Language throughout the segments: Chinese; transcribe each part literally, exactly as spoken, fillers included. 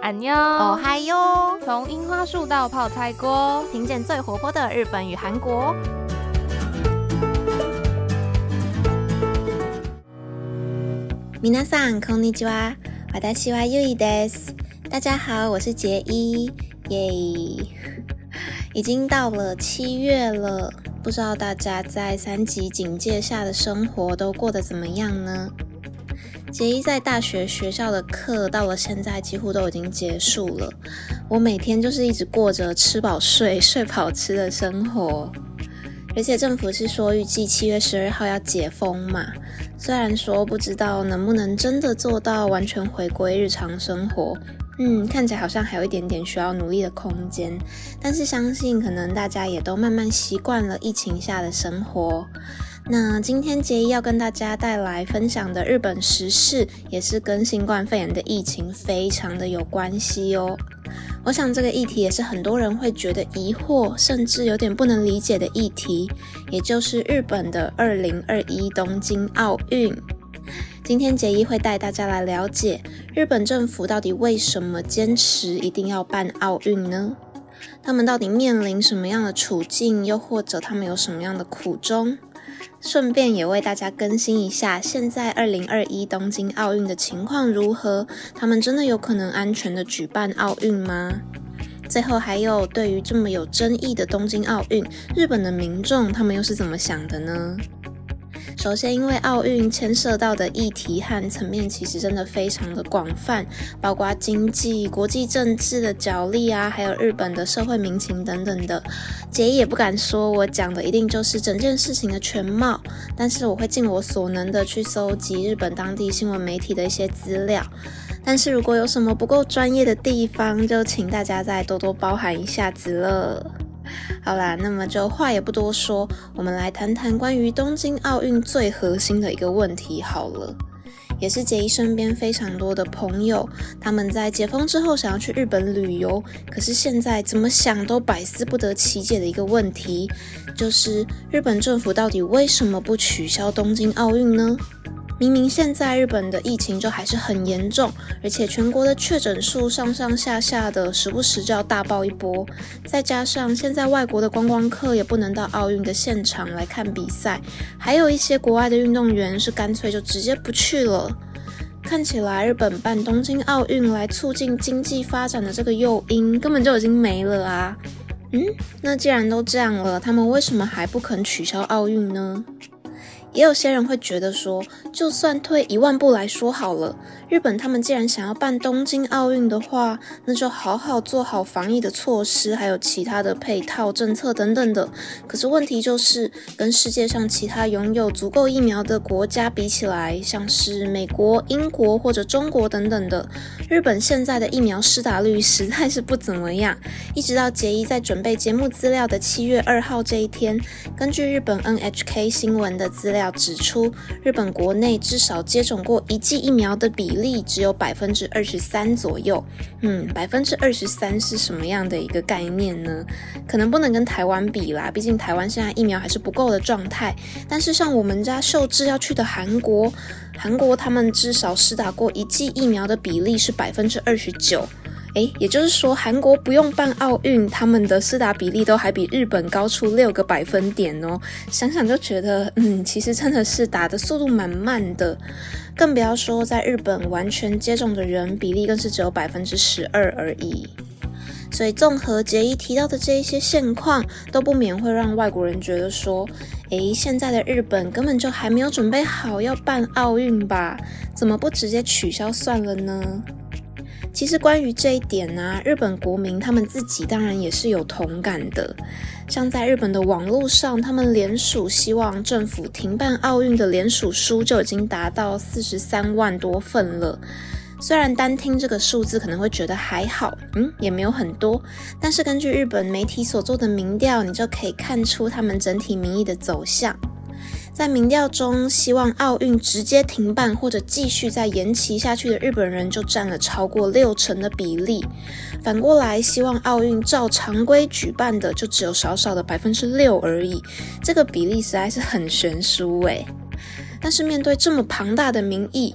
安妞哦嗨哟， 从樱花树到泡菜锅， 听见最活泼的日本与韩国。皆さんこんにちは、私はゆいです。大家好，我是杰一，耶！已经到了七月了，不知道大家在三级警戒下的生活都过得怎么样呢？杰一在大学学校的课到了现在几乎都已经结束了，我每天就是一直过着吃饱睡、睡饱吃的生活。而且政府是说预计七月十二号要解封嘛，虽然说不知道能不能真的做到完全回归日常生活，嗯，看起来好像还有一点点需要努力的空间，但是相信可能大家也都慢慢习惯了疫情下的生活。那今天杰一要跟大家带来分享的日本时事，也是跟新冠肺炎的疫情非常的有关系哦。我想这个议题也是很多人会觉得疑惑，甚至有点不能理解的议题，也就是日本的二零二一东京奥运。今天杰一会带大家来了解日本政府到底为什么坚持一定要办奥运呢？他们到底面临什么样的处境，又或者他们有什么样的苦衷？顺便也为大家更新一下现在二零二一东京奥运的情况如何，他们真的有可能安全的举办奥运吗？最后还有对于这么有争议的东京奥运，日本的民众他们又是怎么想的呢？首先，因为奥运牵涉到的议题和层面其实真的非常的广泛，包括经济、国际政治的角力啊，还有日本的社会民情等等的。杰一也不敢说我讲的一定就是整件事情的全貌，但是我会尽我所能的去搜集日本当地新闻媒体的一些资料。但是如果有什么不够专业的地方，就请大家再多多包涵一下子了。好啦，那么就话也不多说，我们来谈谈关于东京奥运最核心的一个问题好了，也是杰一身边非常多的朋友，他们在解封之后想要去日本旅游，可是现在怎么想都百思不得其解的一个问题，就是日本政府到底为什么不取消东京奥运呢？明明现在日本的疫情就还是很严重，而且全国的确诊数上上下下的，时不时就要大爆一波，再加上现在外国的观光客也不能到奥运的现场来看比赛，还有一些国外的运动员是干脆就直接不去了。看起来日本办东京奥运来促进经济发展的这个诱因根本就已经没了啊。嗯，那既然都这样了，他们为什么还不肯取消奥运呢？也有些人会觉得说，就算退一万步来说好了，日本他们既然想要办东京奥运的话，那就好好做好防疫的措施，还有其他的配套政策等等的。可是问题就是，跟世界上其他拥有足够疫苗的国家比起来，像是美国、英国或者中国等等的，日本现在的疫苗施打率实在是不怎么样。一直到杰一在准备节目资料的七月二号这一天，根据日本 N H K 新闻的资料指出，日本国内至少接种过一剂疫苗的比例只有 百分之二十三 左右。嗯 百分之二十三 是什么样的一个概念呢？可能不能跟台湾比啦，毕竟台湾现在疫苗还是不够的状态。但是像我们家秀智要去的韩国，韩国他们至少施打过一剂疫苗的比例是 百分之二十九。诶，也就是说韩国不用办奥运，他们的施打比例都还比日本高出六个百分点哦。想想就觉得嗯，其实真的是打的速度蛮慢的，更不要说在日本完全接种的人比例更是只有 百分之十二 而已。所以综合杰一提到的这一些现况，都不免会让外国人觉得说，诶，现在的日本根本就还没有准备好要办奥运吧，怎么不直接取消算了呢？其实关于这一点啊，日本国民他们自己当然也是有同感的。像在日本的网络上，他们联署希望政府停办奥运的联署书就已经达到四十三万多份了。虽然单听这个数字可能会觉得还好，嗯，也没有很多，但是根据日本媒体所做的民调，你就可以看出他们整体民意的走向。在民调中，希望奥运直接停办或者继续再延期下去的日本人就占了超过六成的比例。反过来，希望奥运照常规举办的就只有少少的 百分之六 而已。这个比例实在是很悬殊诶。但是面对这么庞大的民意，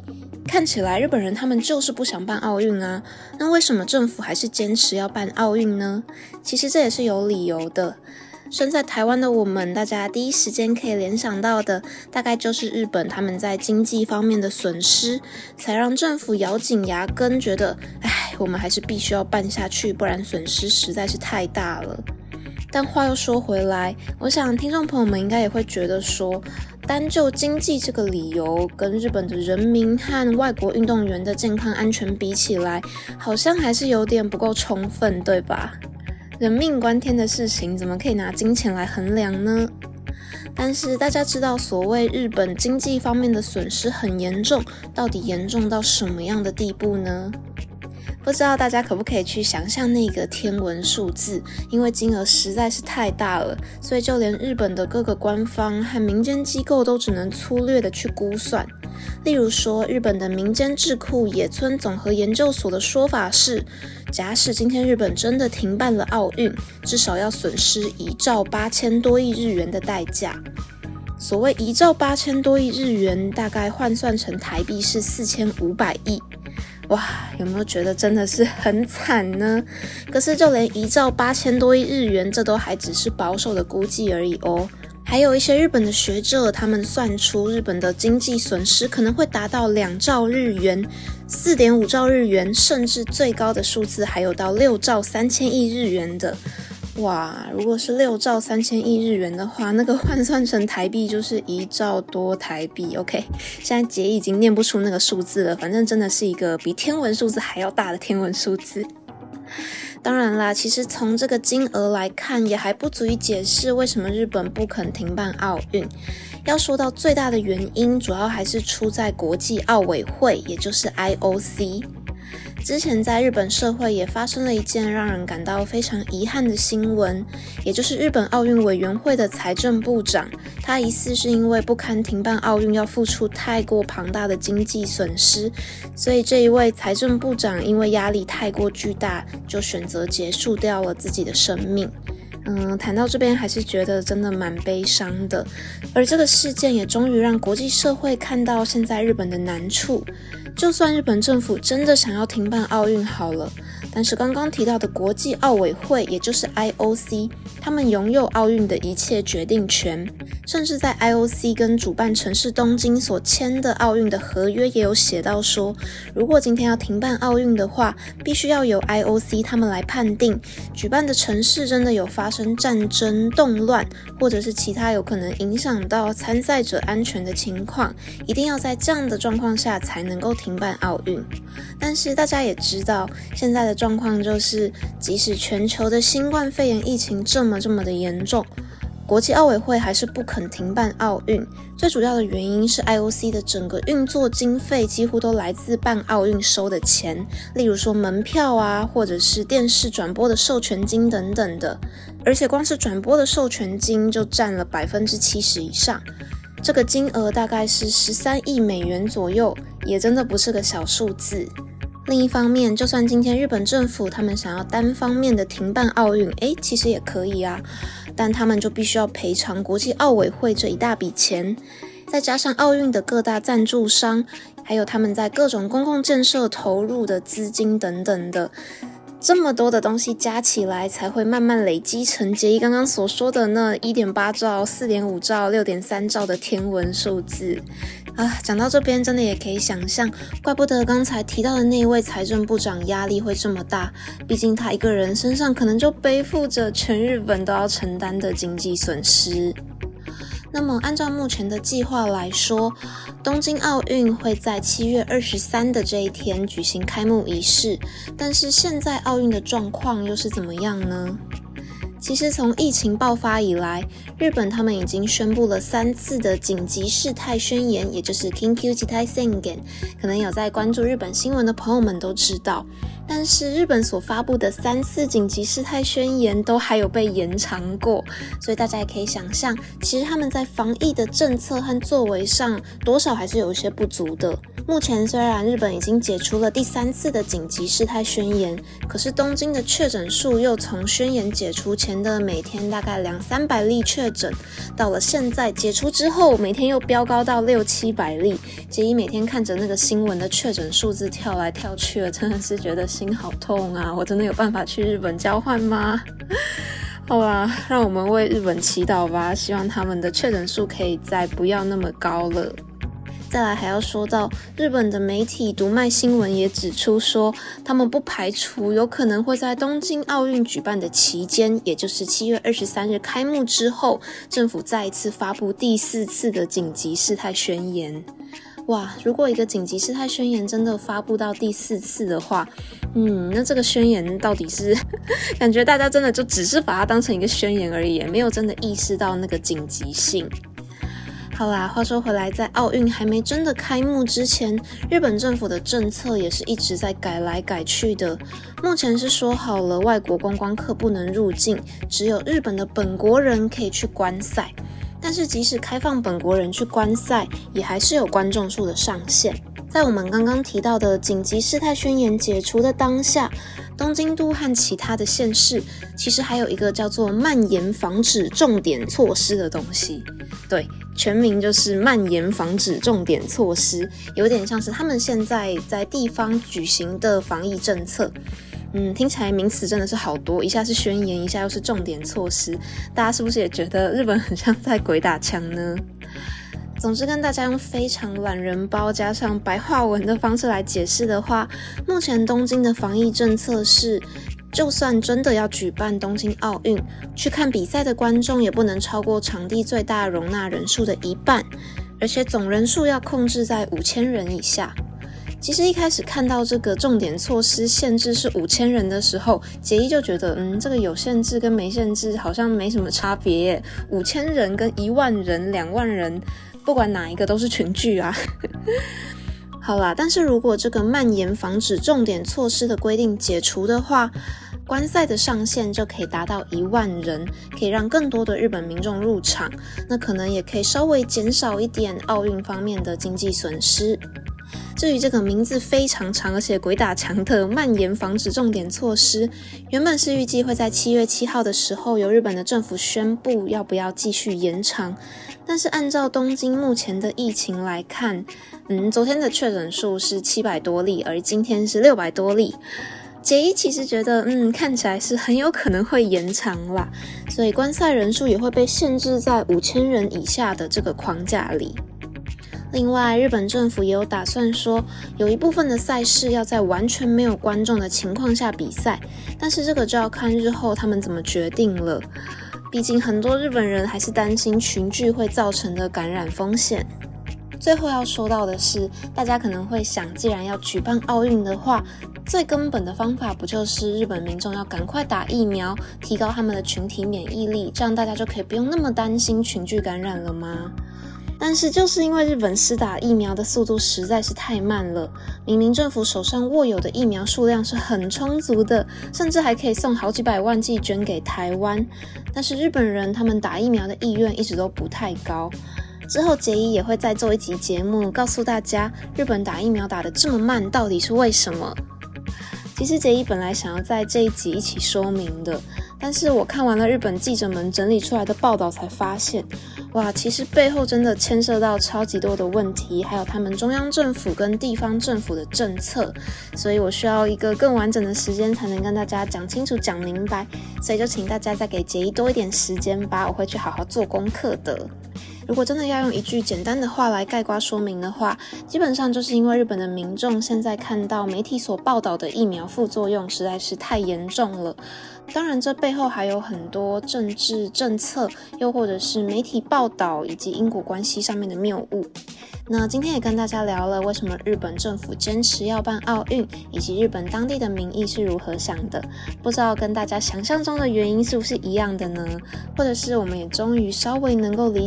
看起来日本人他们就是不想办奥运啊，那为什么政府还是坚持要办奥运呢？其实这也是有理由的。身在台湾的我们，大家第一时间可以联想到的，大概就是日本他们在经济方面的损失，才让政府咬紧牙根，觉得，唉，我们还是必须要办下去，不然损失实在是太大了。但话又说回来，我想听众朋友们应该也会觉得说，单就经济这个理由，跟日本的人民和外国运动员的健康安全比起来，好像还是有点不够充分，对吧？人命关天的事情，怎么可以拿金钱来衡量呢？但是大家知道，所谓日本经济方面的损失很严重，到底严重到什么样的地步呢？不知道大家可不可以去想象那个天文数字，因为金额实在是太大了，所以就连日本的各个官方和民间机构都只能粗略的去估算。例如说，日本的民间智库野村总和研究所的说法是，假使今天日本真的停办了奥运，至少要损失一兆八千多亿日元的代价。所谓一兆八千多亿日元，大概换算成台币是四千五百亿。哇，有没有觉得真的是很惨呢？可是就连一兆八千多亿日元，这都还只是保守的估计而已哦。还有一些日本的学者，他们算出日本的经济损失可能会达到两兆日元、四点五兆日元，甚至最高的数字还有到六兆三千亿日元的。哇，如果是六兆三千亿日元的话，那个换算成台币就是一兆多台币。OK， 现在杰已经念不出那个数字了，反正真的是一个比天文数字还要大的天文数字。当然啦，其实从这个金额来看，也还不足以解释为什么日本不肯停办奥运。要说到最大的原因，主要还是出在国际奥委会，也就是 I O C。之前在日本社会也发生了一件让人感到非常遗憾的新闻，也就是日本奥运委员会的财政部长，他疑似是因为不堪停办奥运要付出太过庞大的经济损失，所以这一位财政部长因为压力太过巨大，就选择结束掉了自己的生命。嗯，谈到这边还是觉得真的蛮悲伤的，而这个事件也终于让国际社会看到现在日本的难处。就算日本政府真的想要停办奥运好了，但是刚刚提到的国际奥委会，也就是 I O C， 他们拥有奥运的一切决定权，甚至在 I O C 跟主办城市东京所签的奥运的合约也有写到说，如果今天要停办奥运的话，必须要由 I O C 他们来判定，举办的城市真的有发生战争、动乱，或者是其他有可能影响到参赛者安全的情况，一定要在这样的状况下才能够停办奥运。但是大家也知道，现在的状况就是，即使全球的新冠肺炎疫情这么这么的严重，国际奥委会还是不肯停办奥运。最主要的原因是 I O C 的整个运作经费几乎都来自办奥运收的钱，例如说门票啊，或者是电视转播的授权金等等的，而且光是转播的授权金就占了 百分之七十 以上。这个金额大概是十三亿美元左右，也真的不是个小数字。另一方面，就算今天日本政府他们想要单方面的停办奥运，诶，其实也可以啊，但他们就必须要赔偿国际奥委会这一大笔钱，再加上奥运的各大赞助商，还有他们在各种公共建设投入的资金等等的，这么多的东西加起来，才会慢慢累积成杰一刚刚所说的那 一点八兆、四点五兆、六点三兆的天文数字啊。讲到这边真的也可以想象，怪不得刚才提到的那一位财政部长压力会这么大，毕竟他一个人身上可能就背负着全日本都要承担的经济损失。那么按照目前的计划来说，东京奥运会在七月二十三的这一天举行开幕仪式，但是现在奥运的状况又是怎么样呢？其实从疫情爆发以来，日本他们已经宣布了三次的紧急事态宣言，也就是緊急事態宣言，可能有在关注日本新闻的朋友们都知道， 但是日本所发布的三次紧急事态宣言都还有被延长过，所以大家也可以想象，其实他们在防疫的政策和作为上多少还是有一些不足的。目前虽然日本已经解除了第三次的紧急事态宣言，可是东京的确诊数又从宣言解除前的每天大概两三百例确诊，到了现在解除之后每天又飙高到六七百例。杰伊每天看着那个新闻的确诊数字跳来跳去的，真的是觉得心好痛啊！我真的有办法去日本交换吗？好啦，让我们为日本祈祷吧，希望他们的确诊数可以再不要那么高了。再来还要说到日本的媒体读卖新闻也指出说，他们不排除有可能会在东京奥运举办的期间，也就是七月二十三日开幕之后，政府再一次发布第四次的紧急事态宣言。哇，如果一个紧急事态宣言真的发布到第四次的话，嗯，那这个宣言到底是感觉大家真的就只是把它当成一个宣言而已，没有真的意识到那个紧急性。好啦，话说回来，在奥运还没真的开幕之前，日本政府的政策也是一直在改来改去的。目前是说好了，外国观光客不能入境，只有日本的本国人可以去观赛。但是即使开放本国人去观赛，也还是有观众数的上限。在我们刚刚提到的紧急事态宣言解除的当下，东京都和其他的县市其实还有一个叫做蔓延防止重点措施的东西。对，全名就是蔓延防止重点措施，有点像是他们现在在地方举行的防疫政策。嗯，听起来名词真的是好多，一下是宣言，一下又是重点措施，大家是不是也觉得日本很像在鬼打墙呢？总之跟大家用非常懒人包加上白话文的方式来解释的话，目前东京的防疫政策是，就算真的要举办东京奥运，去看比赛的观众也不能超过场地最大容纳人数的一半，而且总人数要控制在五千人以下。其实一开始看到这个重点措施限制是五千人的时候，杰伊就觉得嗯，这个有限制跟没限制好像没什么差别耶，五千人跟一万人、两万人，不管哪一个都是群聚啊。好啦，但是如果这个蔓延防止重点措施的规定解除的话，观赛的上限就可以达到一万人，可以让更多的日本民众入场，那可能也可以稍微减少一点奥运方面的经济损失。至于这个名字非常长而且鬼打墙的蔓延防止重点措施，原本是预计会在七月七号的时候由日本的政府宣布要不要继续延长，但是按照东京目前的疫情来看，嗯，昨天的确诊数是七百多例，而今天是六百多例。杰伊其实觉得，嗯，看起来是很有可能会延长啦，所以观赛人数也会被限制在五千人以下的这个框架里。另外，日本政府也有打算说，有一部分的赛事要在完全没有观众的情况下比赛，但是这个就要看日后他们怎么决定了。毕竟很多日本人还是担心群聚会造成的感染风险。最后要说到的是，大家可能会想，既然要举办奥运的话，最根本的方法不就是日本民众要赶快打疫苗，提高他们的群体免疫力，这样大家就可以不用那么担心群聚感染了吗？但是就是因为日本施打疫苗的速度实在是太慢了，明明政府手上握有的疫苗数量是很充足的，甚至还可以送好几百万剂捐给台湾，但是日本人他们打疫苗的意愿一直都不太高。之后杰伊也会再做一集节目，告诉大家日本打疫苗打得这么慢到底是为什么。其实杰伊本来想要在这一集一起说明的，但是我看完了日本记者们整理出来的报道才发现，哇，其实背后真的牵涉到超级多的问题，还有他们中央政府跟地方政府的政策，所以我需要一个更完整的时间才能跟大家讲清楚讲明白，所以就请大家再给杰伊多一点时间吧，我会去好好做功课的。如果真的要用一句简单的话来概括说明的话，基本上就是因为日本的民众现在看到媒体所报道的疫苗副作用实在是太严重了，当然这背后还有很多政治政策，又或者是媒体报道以及因果关系上面的谬误。那今天也跟大家聊了为什么日本政府坚持要办奥运，以及日本当地的民意是如何想的，不知道跟大家想象中的原因是不是一样的呢？或者是我们也终于稍微能够理解日本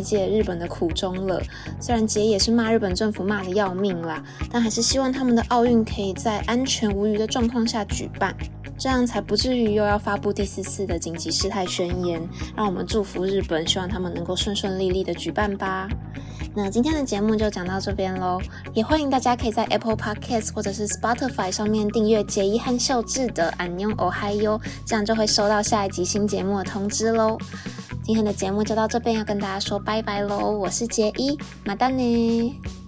本的苦衷了。虽然杰也是骂日本政府骂得要命啦，但还是希望他们的奥运可以在安全无虞的状况下举办，这样才不至于又要发布第四次的紧急事态宣言。让我们祝福日本，希望他们能够顺顺利利的举办吧。那今天的节目就讲到这边咯，也欢迎大家可以在 Apple Podcast 或者是 Spotify 上面订阅杰伊和秀智的안녕 오하요，这样就会收到下一集新节目的通知咯。今天的节目就到这边，要跟大家说拜拜咯，我是杰伊，马丹呢。